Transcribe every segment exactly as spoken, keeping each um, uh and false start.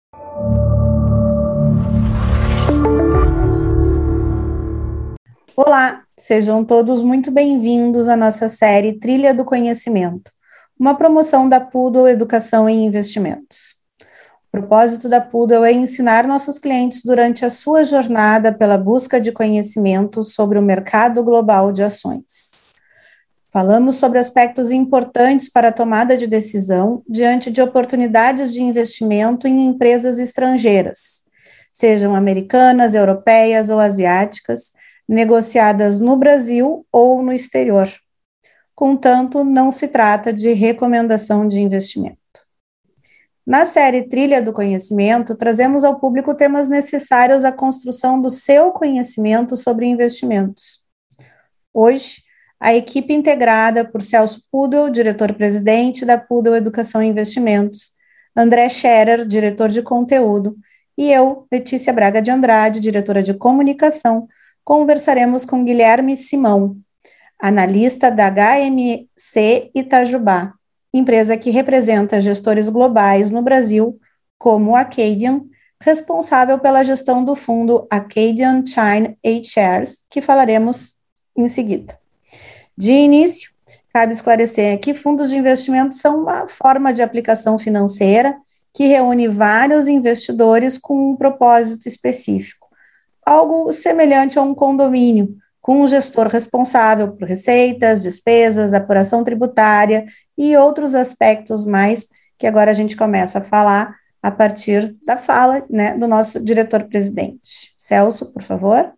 Olá, sejam todos muito bem-vindos à nossa série Trilha do Conhecimento, uma promoção da Poodle Educação em Investimentos. O propósito da Poodle é ensinar nossos clientes durante a sua jornada pela busca de conhecimento sobre o mercado global de ações. Falamos sobre aspectos importantes para a tomada de decisão diante de oportunidades de investimento em empresas estrangeiras, sejam americanas, europeias ou asiáticas, negociadas no Brasil ou no exterior. Contanto, não se trata de recomendação de investimento. Na série Trilha do Conhecimento, trazemos ao público temas necessários à construção do seu conhecimento sobre investimentos. Hoje, a equipe integrada por Celso Poodle, diretor-presidente da Poodle Educação e Investimentos, André Scherer, diretor de conteúdo, e eu, Letícia Braga de Andrade, diretora de comunicação, conversaremos com Guilherme Simão, analista da H M C Itajubá, empresa que representa gestores globais no Brasil, como a Acadian, responsável pela gestão do fundo Acadian China A-Shares, que falaremos em seguida. De início, cabe esclarecer que fundos de investimento são uma forma de aplicação financeira que reúne vários investidores com um propósito específico, algo semelhante a um condomínio, com um gestor responsável por receitas, despesas, apuração tributária e outros aspectos mais que agora a gente começa a falar a partir da fala, né, do nosso diretor-presidente. Celso, por favor.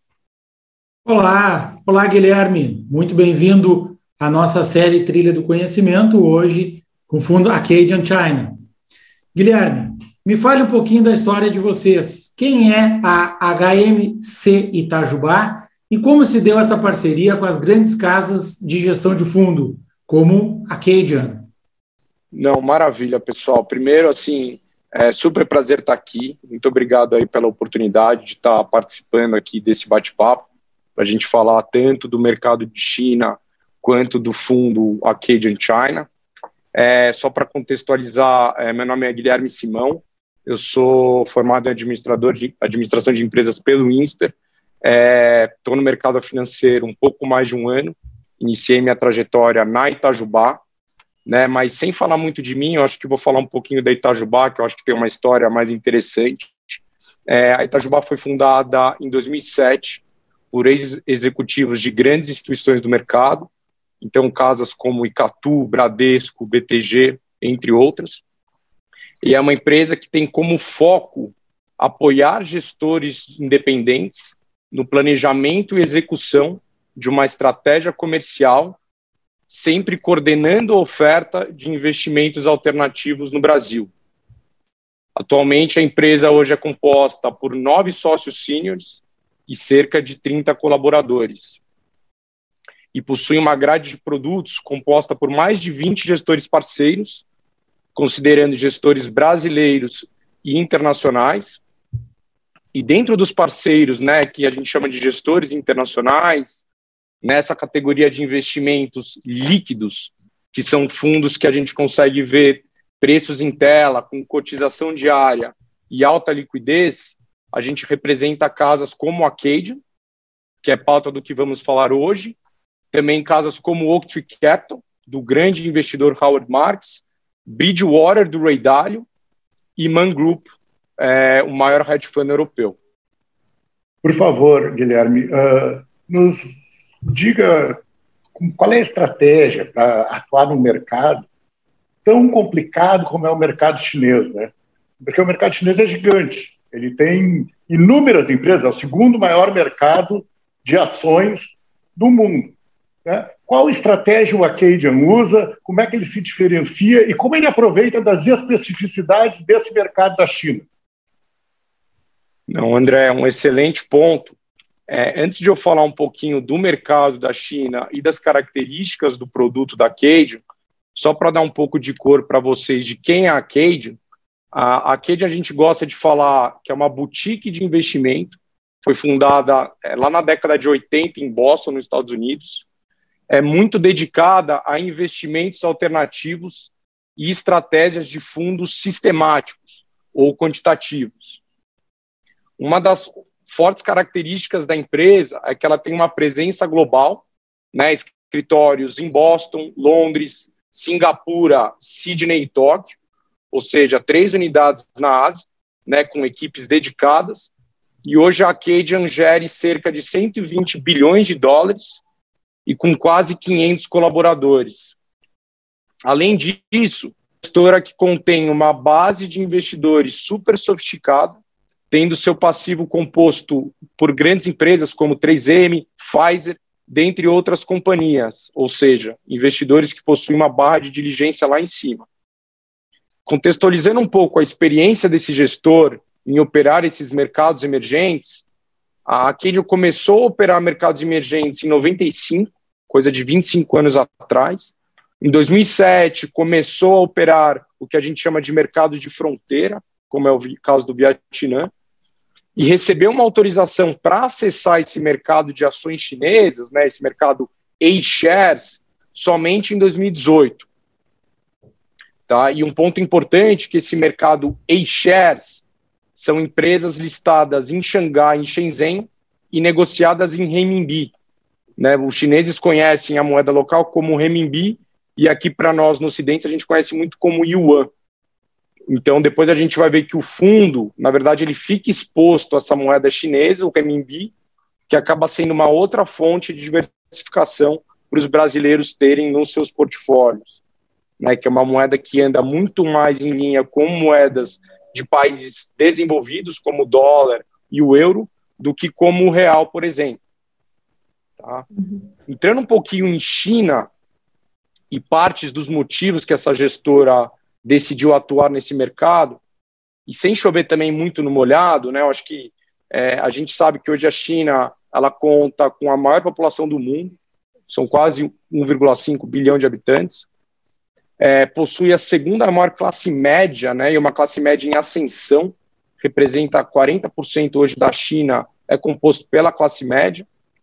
Olá, olá Guilherme, muito bem-vindo à nossa série Trilha do Conhecimento, hoje com o fundo Acadian China. Guilherme, me fale um pouquinho da história de vocês. Quem é a H M C Itajubá e como se deu essa parceria com as grandes casas de gestão de fundo, como a Acadian? Não, maravilha, pessoal. Primeiro, assim, é super prazer estar aqui. Muito obrigado aí pela oportunidade de estar participando aqui desse bate-papo, para a gente falar tanto do mercado de China quanto do fundo Acadian China. É, só para contextualizar, é, meu nome é Guilherme Simão, eu sou formado em administrador de, administração de empresas pelo INSPER, estou é, no mercado financeiro um pouco mais de um ano, iniciei minha trajetória na Itajubá, né, mas sem falar muito de mim, eu acho que vou falar um pouquinho da Itajubá, que eu acho que tem uma história mais interessante. É, a Itajubá foi fundada em dois mil e sete por ex-executivos de grandes instituições do mercado, então casas como Icatu, Bradesco, B T G, entre outras. E é uma empresa que tem como foco apoiar gestores independentes no planejamento e execução de uma estratégia comercial, sempre coordenando a oferta de investimentos alternativos no Brasil. Atualmente, a empresa hoje é composta por nove sócios sêniores e cerca de trinta colaboradores. E possui uma grade de produtos composta por mais de vinte gestores parceiros, considerando gestores brasileiros e internacionais. E dentro dos parceiros, né, que a gente chama de gestores internacionais, nessa categoria de investimentos líquidos, que são fundos que a gente consegue ver preços em tela, com cotização diária e alta liquidez, a gente representa casas como a Acadian, que é pauta do que vamos falar hoje, também casas como Oaktree Capital, do grande investidor Howard Marks, Bridgewater, do Ray Dalio, e Man Group, é, o maior hedge fund europeu. Por favor, Guilherme, uh, nos diga qual é a estratégia para atuar num mercado tão complicado como é o mercado chinês, né? Porque o mercado chinês é gigante, ele tem inúmeras empresas, é o segundo maior mercado de ações do mundo, né? Qual estratégia o Acadian usa, como é que ele se diferencia e como ele aproveita das especificidades desse mercado da China? Não, André, é um excelente ponto. É, antes de eu falar um pouquinho do mercado da China e das características do produto da Acadian, só para dar um pouco de cor para vocês de quem é a Acadian, a Acadian a gente gosta de falar que é uma boutique de investimento, foi fundada é, lá na década de oitenta em Boston, nos Estados Unidos, é muito dedicada a investimentos alternativos e estratégias de fundos sistemáticos, ou quantitativos. Uma das fortes características da empresa é que ela tem uma presença global, né, escritórios em Boston, Londres, Singapura, Sydney e Tóquio, ou seja, três unidades na Ásia, né, com equipes dedicadas, e hoje a Acadian gere cerca de cento e vinte bilhões de dólares e com quase quinhentos colaboradores. Além disso, gestora que contém uma base de investidores super sofisticada, tendo seu passivo composto por grandes empresas como três M, Pfizer, dentre outras companhias, ou seja, investidores que possuem uma barra de diligência lá em cima. Contextualizando um pouco a experiência desse gestor em operar esses mercados emergentes, a Acadian começou a operar mercados emergentes em noventa e cinco, coisa de vinte e cinco anos atrás. Em dois mil e sete, começou a operar o que a gente chama de mercado de fronteira, como é o caso do Vietnã, e recebeu uma autorização para acessar esse mercado de ações chinesas, né, esse mercado A-Shares, somente em dois mil e dezoito. Tá? E um ponto importante é que esse mercado A-Shares são empresas listadas em Xangai, em Shenzhen, e negociadas em renminbi. Né? Os chineses conhecem a moeda local como renminbi, e aqui para nós no Ocidente a gente conhece muito como yuan. Então depois a gente vai ver que o fundo, na verdade, ele fica exposto a essa moeda chinesa, o renminbi, que acaba sendo uma outra fonte de diversificação para os brasileiros terem nos seus portfólios, né? Que é uma moeda que anda muito mais em linha com moedas de países desenvolvidos, como o dólar e o euro, do que como o real, por exemplo. Tá? Uhum. Entrando um pouquinho em China e partes dos motivos que essa gestora decidiu atuar nesse mercado, e sem chover também muito no molhado, né? Eu acho que é, a gente sabe que hoje a China ela conta com a maior população do mundo, são quase um vírgula cinco bilhão de habitantes, é, possui a segunda maior classe média, né? E uma classe média em ascensão, representa quarenta por cento hoje da China, é composto pela classe média,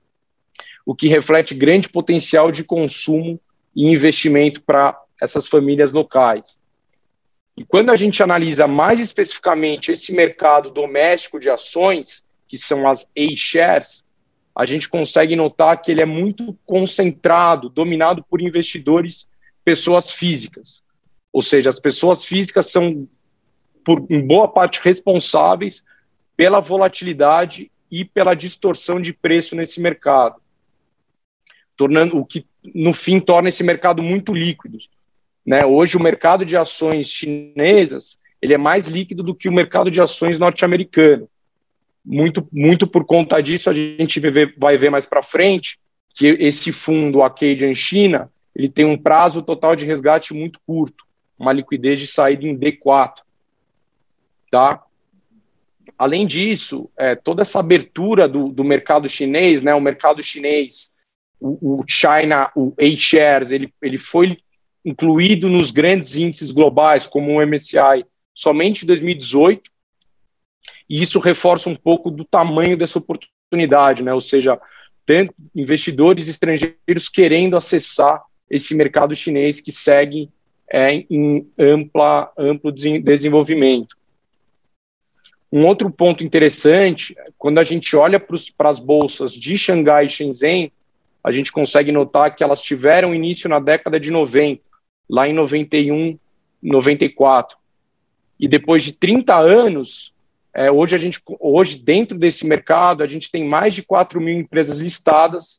o que reflete grande potencial de consumo e investimento para essas famílias locais. E quando a gente analisa mais especificamente esse mercado doméstico de ações, que são as A-Shares, a gente consegue notar que ele é muito concentrado, dominado por investidores, pessoas físicas. Ou seja, as pessoas físicas são, por em boa parte, responsáveis pela volatilidade e pela distorção de preço nesse mercado, tornando o que, no fim, torna esse mercado muito líquido. Né? Hoje, o mercado de ações chinesas ele é mais líquido do que o mercado de ações norte-americano. Muito, muito por conta disso, a gente vai ver, vai ver mais para frente que esse fundo Acadian China ele tem um prazo total de resgate muito curto, uma liquidez de saída em D quatro. Tá? Além disso, é, toda essa abertura do, do mercado chinês, né, o mercado chinês, o, o China, o A-Shares, ele, ele foi incluído nos grandes índices globais, como o M S C I, somente em dois mil e dezoito, e isso reforça um pouco do tamanho dessa oportunidade, né? Ou seja, tanto investidores estrangeiros querendo acessar esse mercado chinês que segue é, em ampla, amplo desenvolvimento. Um outro ponto interessante, quando a gente olha para as bolsas de Xangai e Shenzhen, a gente consegue notar que elas tiveram início na década de noventa, lá em noventa e um, noventa e quatro. E depois de trinta anos, é, hoje, a gente, hoje, dentro desse mercado, a gente tem mais de quatro mil empresas listadas,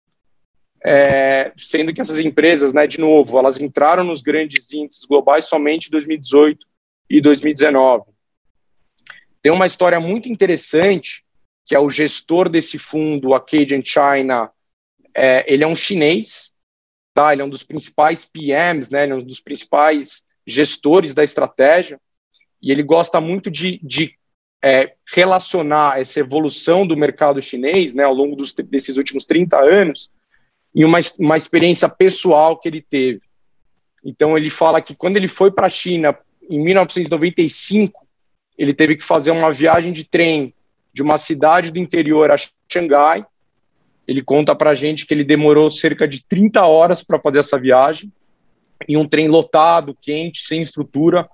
é, sendo que essas empresas, né, de novo, elas entraram nos grandes índices globais somente em dois mil e dezoito e dois mil e dezenove. Tem uma história muito interessante, que é o gestor desse fundo, Acadian China, é, ele é um chinês, tá? Ele é um dos principais P Ms, né? Ele é um dos principais gestores da estratégia, e ele gosta muito de, de é, relacionar essa evolução do mercado chinês, né, ao longo dos, desses últimos trinta anos, em uma, uma experiência pessoal que ele teve. Então ele fala que quando ele foi para a China, em mil novecentos e noventa e cinco, ele teve que fazer uma viagem de trem de uma cidade do interior a Xangai. Ele conta para a gente que ele demorou cerca de trinta horas para fazer essa viagem, em um trem lotado, quente, sem estrutura,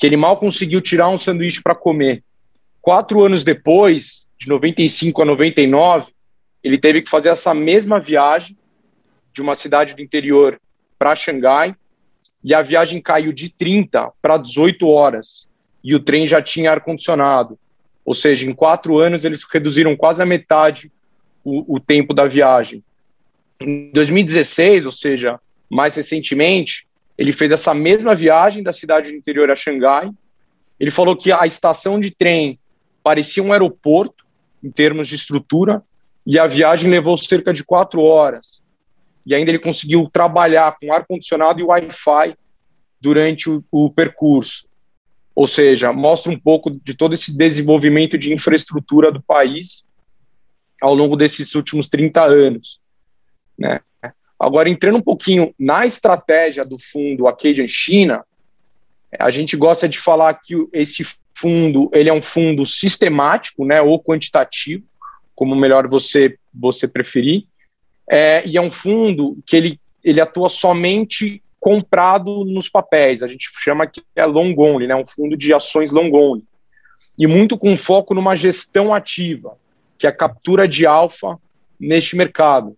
que ele mal conseguiu tirar um sanduíche para comer. Quatro anos depois, de noventa e cinco a noventa e nove, ele teve que fazer essa mesma viagem de uma cidade do interior para Xangai, e a viagem caiu de trinta para dezoito horas, e o trem já tinha ar-condicionado. Ou seja, em quatro anos eles reduziram quase a metade o, o tempo da viagem. Em dois mil e dezesseis, ou seja, mais recentemente, ele fez essa mesma viagem da cidade do interior a Xangai. Ele falou que a estação de trem parecia um aeroporto, em termos de estrutura, e a viagem levou cerca de quatro horas. E ainda ele conseguiu trabalhar com ar-condicionado e Wi-Fi durante o, o percurso. Ou seja, mostra um pouco de todo esse desenvolvimento de infraestrutura do país ao longo desses últimos trinta anos. Né? Agora, entrando um pouquinho na estratégia do fundo Acadian China, a gente gosta de falar que esse fundo ele é um fundo sistemático, né, ou quantitativo, como melhor você, você preferir, é, e é um fundo que ele, ele atua somente comprado nos papéis, a gente chama que é long only, né, um fundo de ações long only, e muito com foco numa gestão ativa, que é a captura de alfa neste mercado.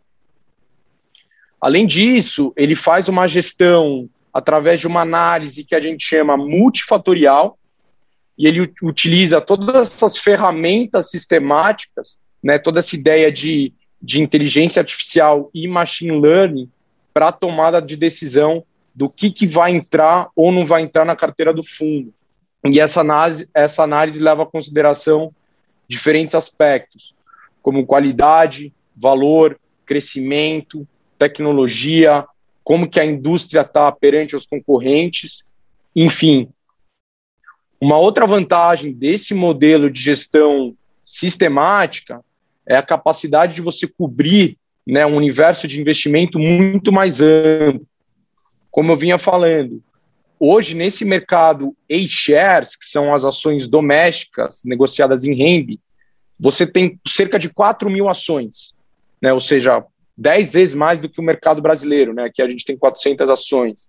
Além disso, ele faz uma gestão através de uma análise que a gente chama multifatorial, e ele utiliza todas essas ferramentas sistemáticas, né, toda essa ideia de, de inteligência artificial e machine learning para a tomada de decisão do que, que vai entrar ou não vai entrar na carteira do fundo. E essa análise, essa análise leva à consideração diferentes aspectos, como qualidade, valor, crescimento, tecnologia, como que a indústria está perante os concorrentes, enfim. Uma outra vantagem desse modelo de gestão sistemática é a capacidade de você cobrir, né, um universo de investimento muito mais amplo. Como eu vinha falando, hoje nesse mercado A-shares, que são as ações domésticas negociadas em renminbi, você tem cerca de quatro mil ações, né, ou seja, dez vezes mais do que o mercado brasileiro, né, que a gente tem quatrocentas ações.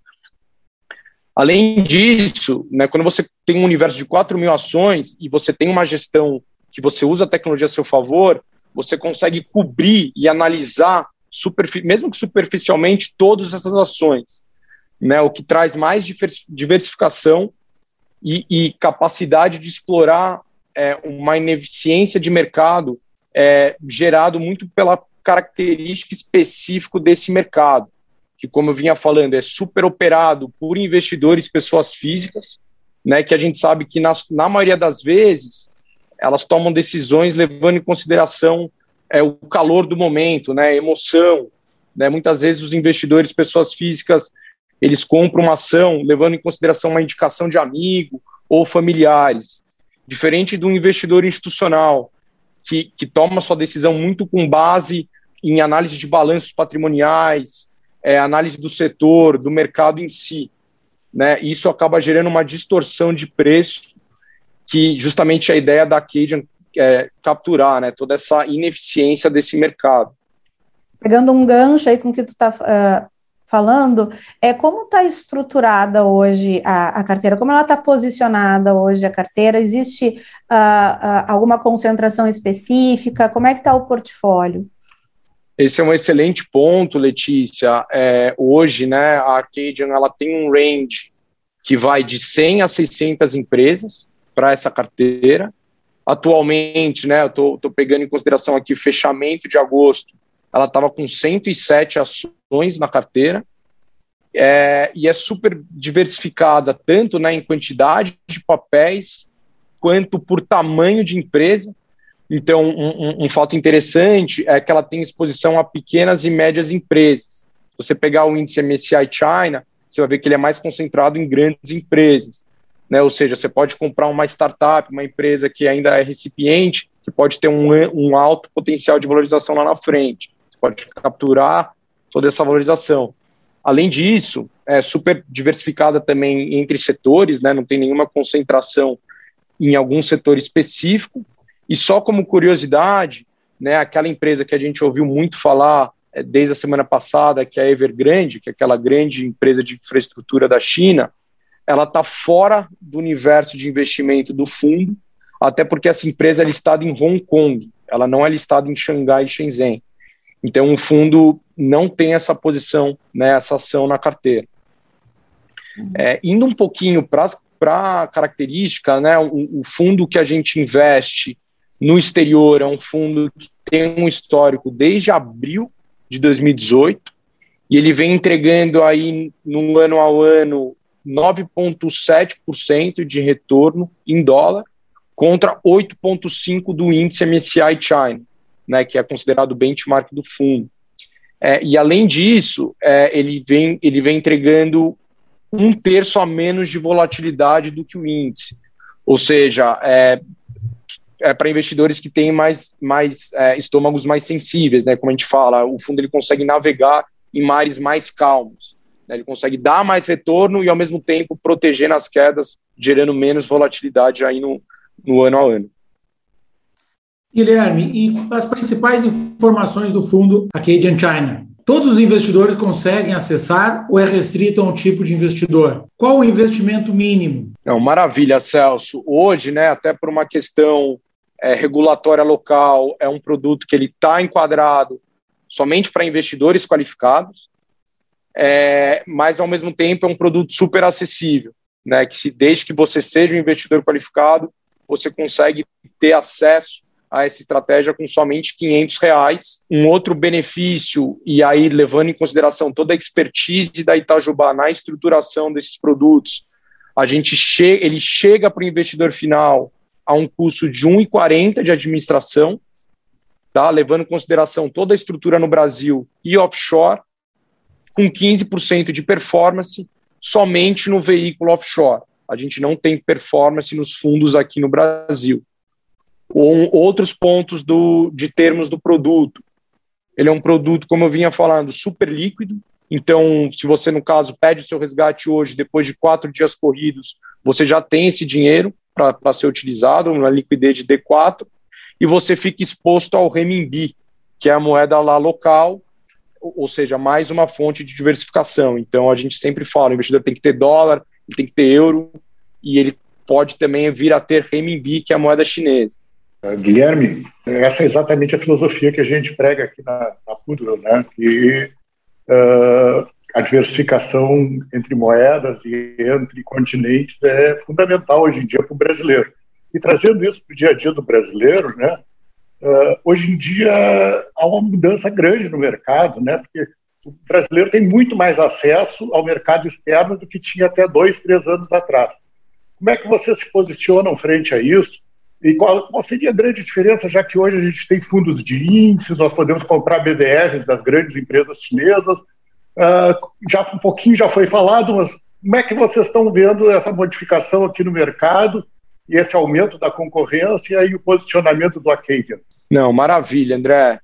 Além disso, né, quando você tem um universo de quatro mil ações e você tem uma gestão que você usa a tecnologia a seu favor, você consegue cobrir e analisar, mesmo que superficialmente, todas essas ações, né, o que traz mais diversificação e, e capacidade de explorar é, uma ineficiência de mercado é, gerado muito pela característica específica desse mercado, que, como eu vinha falando, é super operado por investidores, pessoas físicas, né, que a gente sabe que, na, na maioria das vezes, elas tomam decisões levando em consideração é, o calor do momento, né, a emoção. Né, muitas vezes os investidores, pessoas físicas, eles compram uma ação levando em consideração uma indicação de amigo ou familiares. Diferente do investidor institucional, que, que toma sua decisão muito com base em análise de balanços patrimoniais, é, análise do setor, do mercado em si. Né? Isso acaba gerando uma distorção de preço, que justamente a ideia da Acadian é capturar, né, toda essa ineficiência desse mercado. Pegando um gancho aí com o que tu está uh, falando, é como está estruturada hoje a, a carteira, como ela está posicionada hoje a carteira, existe uh, uh, alguma concentração específica, como é que está o portfólio? Esse é um excelente ponto, Letícia. É, hoje, né, a Acadian ela tem um range que vai de cem a seiscentas empresas para essa carteira. Atualmente, né, eu estou pegando em consideração aqui o fechamento de agosto, ela estava com cento e sete ações na carteira, é, e é super diversificada, tanto, né, em quantidade de papéis, quanto por tamanho de empresa. Então, um, um, um fato interessante é que ela tem exposição a pequenas e médias empresas. Se você pegar o índice M S C I China, você vai ver que ele é mais concentrado em grandes empresas. Né? Ou seja, você pode comprar uma startup, uma empresa que ainda é recipiente, que pode ter um, um alto potencial de valorização lá na frente. Você pode capturar toda essa valorização. Além disso, é super diversificada também entre setores, né? Não tem nenhuma concentração em algum setor específico. E só como curiosidade, né, aquela empresa que a gente ouviu muito falar é, desde a semana passada, que é a Evergrande, que é aquela grande empresa de infraestrutura da China, ela está fora do universo de investimento do fundo, até porque essa empresa é listada em Hong Kong, ela não é listada em Xangai e Shenzhen. Então, o fundo não tem essa posição, né, essa ação na carteira. Uhum. É, indo um pouquinho para a característica, né, o, o fundo que a gente investe no exterior é um fundo que tem um histórico desde abril de dois mil e dezoito, e ele vem entregando aí no ano ao ano nove vírgula sete por cento de retorno em dólar, contra oito vírgula cinco por cento do índice M S C I China, né, que é considerado o benchmark do fundo. É, e além disso, é, ele, vem, ele vem entregando um terço a menos de volatilidade do que o índice. Ou seja, é, é para investidores que têm mais, mais é, estômagos mais sensíveis, né, como a gente fala, o fundo ele consegue navegar em mares mais calmos, né, ele consegue dar mais retorno e, ao mesmo tempo, proteger nas quedas, gerando menos volatilidade aí no, no ano a ano. Guilherme, e as principais informações do fundo Acadian China? Todos os investidores conseguem acessar ou é restrito a um tipo de investidor? Qual o investimento mínimo? Não, maravilha, Celso. Hoje, né, até por uma questão é, regulatória local, é um produto que ele está enquadrado somente para investidores qualificados, é, mas, ao mesmo tempo, é um produto super acessível, né, que se, desde que você seja um investidor qualificado, você consegue ter acesso a essa estratégia com somente quinhentos reais. Um outro benefício, e aí levando em consideração toda a expertise da Itajubá na estruturação desses produtos, a gente che- ele chega para o investidor final a um custo de um real e quarenta centavos de administração, tá? Levando em consideração toda a estrutura no Brasil e offshore, com quinze por cento de performance somente no veículo offshore. A gente não tem performance nos fundos aqui no Brasil. Ou outros pontos do, de termos do produto. Ele é um produto, como eu vinha falando, super líquido. Então, se você, no caso, pede o seu resgate hoje, depois de quatro dias corridos, você já tem esse dinheiro para ser utilizado, uma liquidez de D quatro, e você fica exposto ao renminbi, que é a moeda lá local, ou seja, mais uma fonte de diversificação. Então, a gente sempre fala, o investidor tem que ter dólar, ele tem que ter euro, e ele pode também vir a ter renminbi, que é a moeda chinesa. Guilherme, essa é exatamente a filosofia que a gente prega aqui na, na Pudro, né? Que uh, a diversificação entre moedas e entre continentes é fundamental hoje em dia para o brasileiro. E trazendo isso para o dia a dia do brasileiro, né? Uh, hoje em dia há uma mudança grande no mercado, né? Porque o brasileiro tem muito mais acesso ao mercado externo do que tinha até dois, três anos atrás. Como é que vocês se posicionam frente a isso? E qual, qual seria a grande diferença, já que hoje a gente tem fundos de índices, nós podemos comprar B D Rs das grandes empresas chinesas, uh, já um pouquinho já foi falado, mas como é que vocês estão vendo essa modificação aqui no mercado e esse aumento da concorrência e o posicionamento do Acadian? Não, maravilha, André.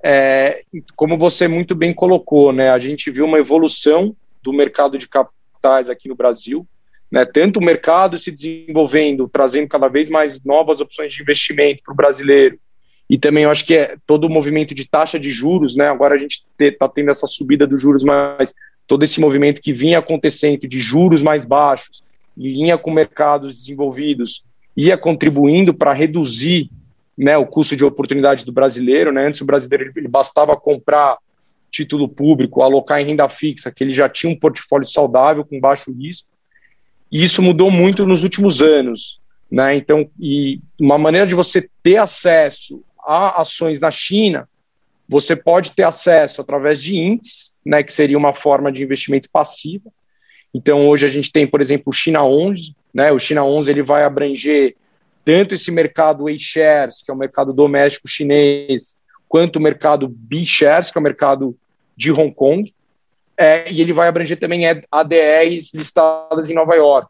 É, como você muito bem colocou, né, a gente viu uma evolução do mercado de capitais aqui no Brasil, né, tanto o mercado se desenvolvendo, trazendo cada vez mais novas opções de investimento para o brasileiro, e também eu acho que é todo o movimento de taxa de juros, né, agora a gente está tendo essa subida dos juros, mas todo esse movimento que vinha acontecendo de juros mais baixos, em linha com mercados desenvolvidos, ia contribuindo para reduzir, né, o custo de oportunidade do brasileiro, né, antes o brasileiro ele bastava comprar título público, alocar em renda fixa, que ele já tinha um portfólio saudável, com baixo risco. E isso mudou muito nos últimos anos, né? Então, e uma maneira de você ter acesso a ações na China, você pode ter acesso através de índices, né, que seria uma forma de investimento passivo. Então, hoje a gente tem, por exemplo, o China onze, né? O China onze ele vai abranger tanto esse mercado A-Shares, que é o mercado doméstico chinês, quanto o mercado B-Shares, que é o mercado de Hong Kong. É, e ele vai abranger também A D Rs listadas em Nova York.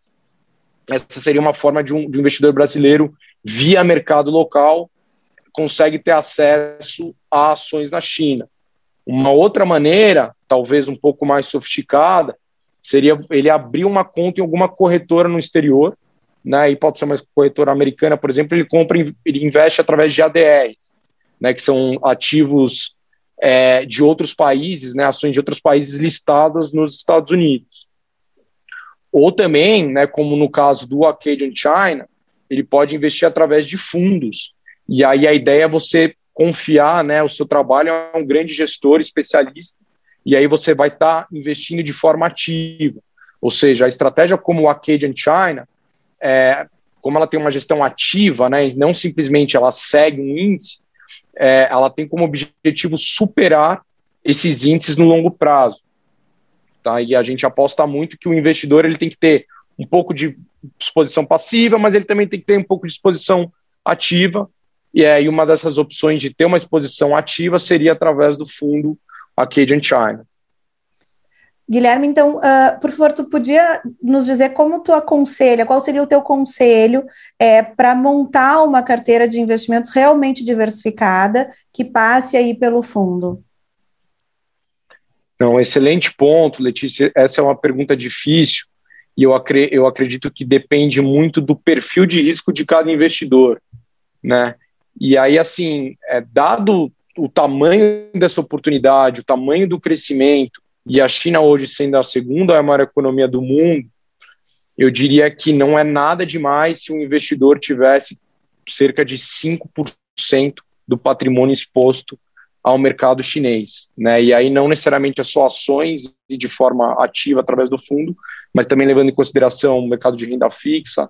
Essa seria uma forma de um, de um investidor brasileiro, via mercado local, consegue ter acesso a ações na China. Uma outra maneira, talvez um pouco mais sofisticada, seria ele abrir uma conta em alguma corretora no exterior, né, e pode ser uma corretora americana, por exemplo, ele compra, ele investe através de A D Rs, né, que são ativos É, de outros países, né, ações de outros países listadas nos Estados Unidos. Ou também, né, como no caso do Acadian China, ele pode investir através de fundos. E aí a ideia é você confiar, né, o seu trabalho a um grande gestor especialista, e aí você vai estar tá investindo de forma ativa. Ou seja, a estratégia como o Acadian China, é, como ela tem uma gestão ativa, né, e não simplesmente ela segue um índice, é, ela tem como objetivo superar esses índices no longo prazo. Tá? E a gente aposta muito que o investidor ele tem que ter um pouco de exposição passiva, mas ele também tem que ter um pouco de exposição ativa, e aí uma dessas opções de ter uma exposição ativa seria através do fundo Acadian China. Guilherme, então, uh, por favor, tu podia nos dizer como tu aconselha, qual seria o teu conselho é, para montar uma carteira de investimentos realmente diversificada que passe aí pelo fundo? Não, excelente ponto, Letícia. Essa é uma pergunta difícil e eu, acre- eu acredito que depende muito do perfil de risco de cada investidor, né? E aí, assim, é, dado o tamanho dessa oportunidade, o tamanho do crescimento, e a China hoje sendo a segunda maior economia do mundo, eu diria que não é nada demais se um investidor tivesse cerca de cinco por cento do patrimônio exposto ao mercado chinês, né? E aí não necessariamente é só ações e de forma ativa através do fundo, mas também levando em consideração o mercado de renda fixa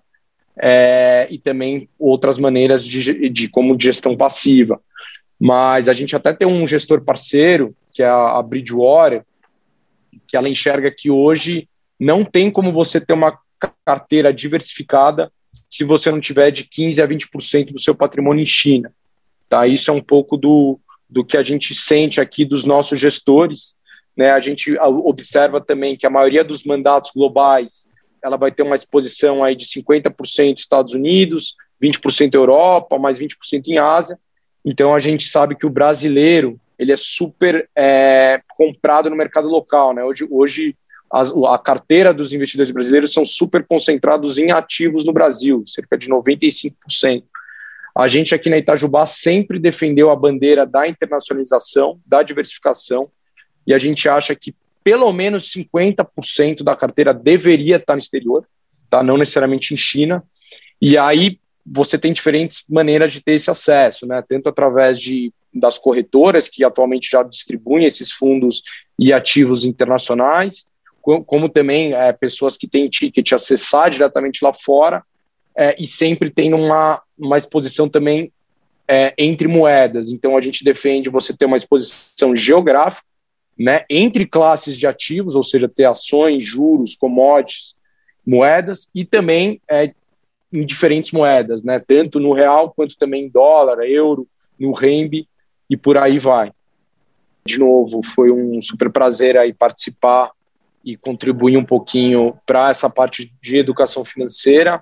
é, e também outras maneiras de, de como de gestão passiva. Mas a gente até tem um gestor parceiro, que é a, a Bridgewater, que ela enxerga que hoje não tem como você ter uma carteira diversificada se você não tiver de quinze a vinte por cento do seu patrimônio em China. Tá? Isso é um pouco do, do que a gente sente aqui dos nossos gestores, né? A gente observa também que a maioria dos mandatos globais ela vai ter uma exposição aí de cinquenta por cento Estados Unidos, vinte por cento Europa, mais vinte por cento em Ásia. Então a gente sabe que o brasileiro ele é super é, comprado no mercado local, né? Hoje, hoje a, a carteira dos investidores brasileiros são super concentrados em ativos no Brasil, cerca de noventa e cinco por cento. A gente aqui na Itajubá sempre defendeu a bandeira da internacionalização, da diversificação, e a gente acha que pelo menos cinquenta por cento da carteira deveria estar no exterior, tá? Não necessariamente em China, e aí você tem diferentes maneiras de ter esse acesso, né? Tanto através de das corretoras, que atualmente já distribuem esses fundos e ativos internacionais, como também é, pessoas que têm ticket acessar diretamente lá fora, é, e sempre tem uma, uma exposição também é, entre moedas. Então a gente defende você ter uma exposição geográfica, né, entre classes de ativos, ou seja, ter ações, juros, commodities, moedas, e também é, em diferentes moedas, né, tanto no real quanto também em dólar, euro, no renminbi, e por aí vai. De novo, foi um super prazer aí participar e contribuir um pouquinho para essa parte de educação financeira.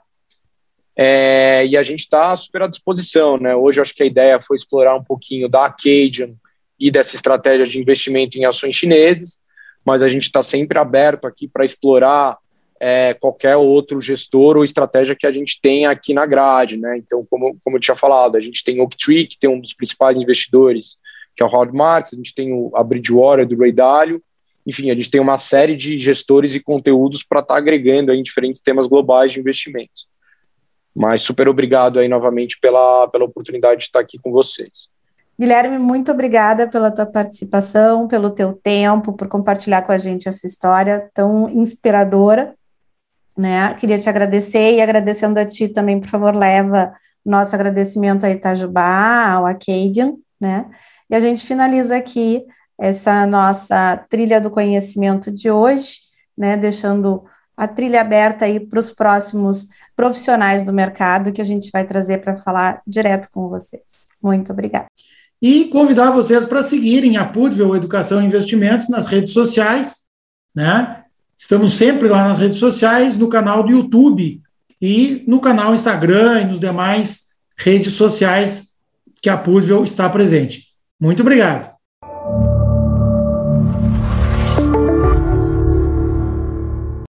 É, e a gente está super à disposição, né? Hoje acho que a ideia foi explorar um pouquinho da Acadian e dessa estratégia de investimento em ações chinesas, mas a gente está sempre aberto aqui para explorar é, qualquer outro gestor ou estratégia que a gente tenha aqui na grade, né? Então, como, como eu tinha falado, a gente tem o Oaktree, que tem um dos principais investidores, que é o Howard Marks, a gente tem o, a Bridgewater, do Ray Dalio, enfim, a gente tem uma série de gestores e conteúdos para estar tá agregando aí em diferentes temas globais de investimentos. Mas super obrigado aí novamente pela, pela oportunidade de estar aqui com vocês. Guilherme, muito obrigada pela tua participação, pelo teu tempo, por compartilhar com a gente essa história tão inspiradora, né? Queria te agradecer e agradecendo a ti também, por favor, leva o nosso agradecimento a Itajubá, ao Acadian, né? E a gente finaliza aqui essa nossa trilha do conhecimento de hoje, né? Deixando a trilha aberta aí para os próximos profissionais do mercado que a gente vai trazer para falar direto com vocês. Muito obrigada. E convidar vocês para seguirem a Pudvel Educação e Investimentos nas redes sociais, né? Estamos sempre lá nas redes sociais, no canal do YouTube e no canal Instagram e nos demais redes sociais que a Pudvel está presente. Muito obrigado.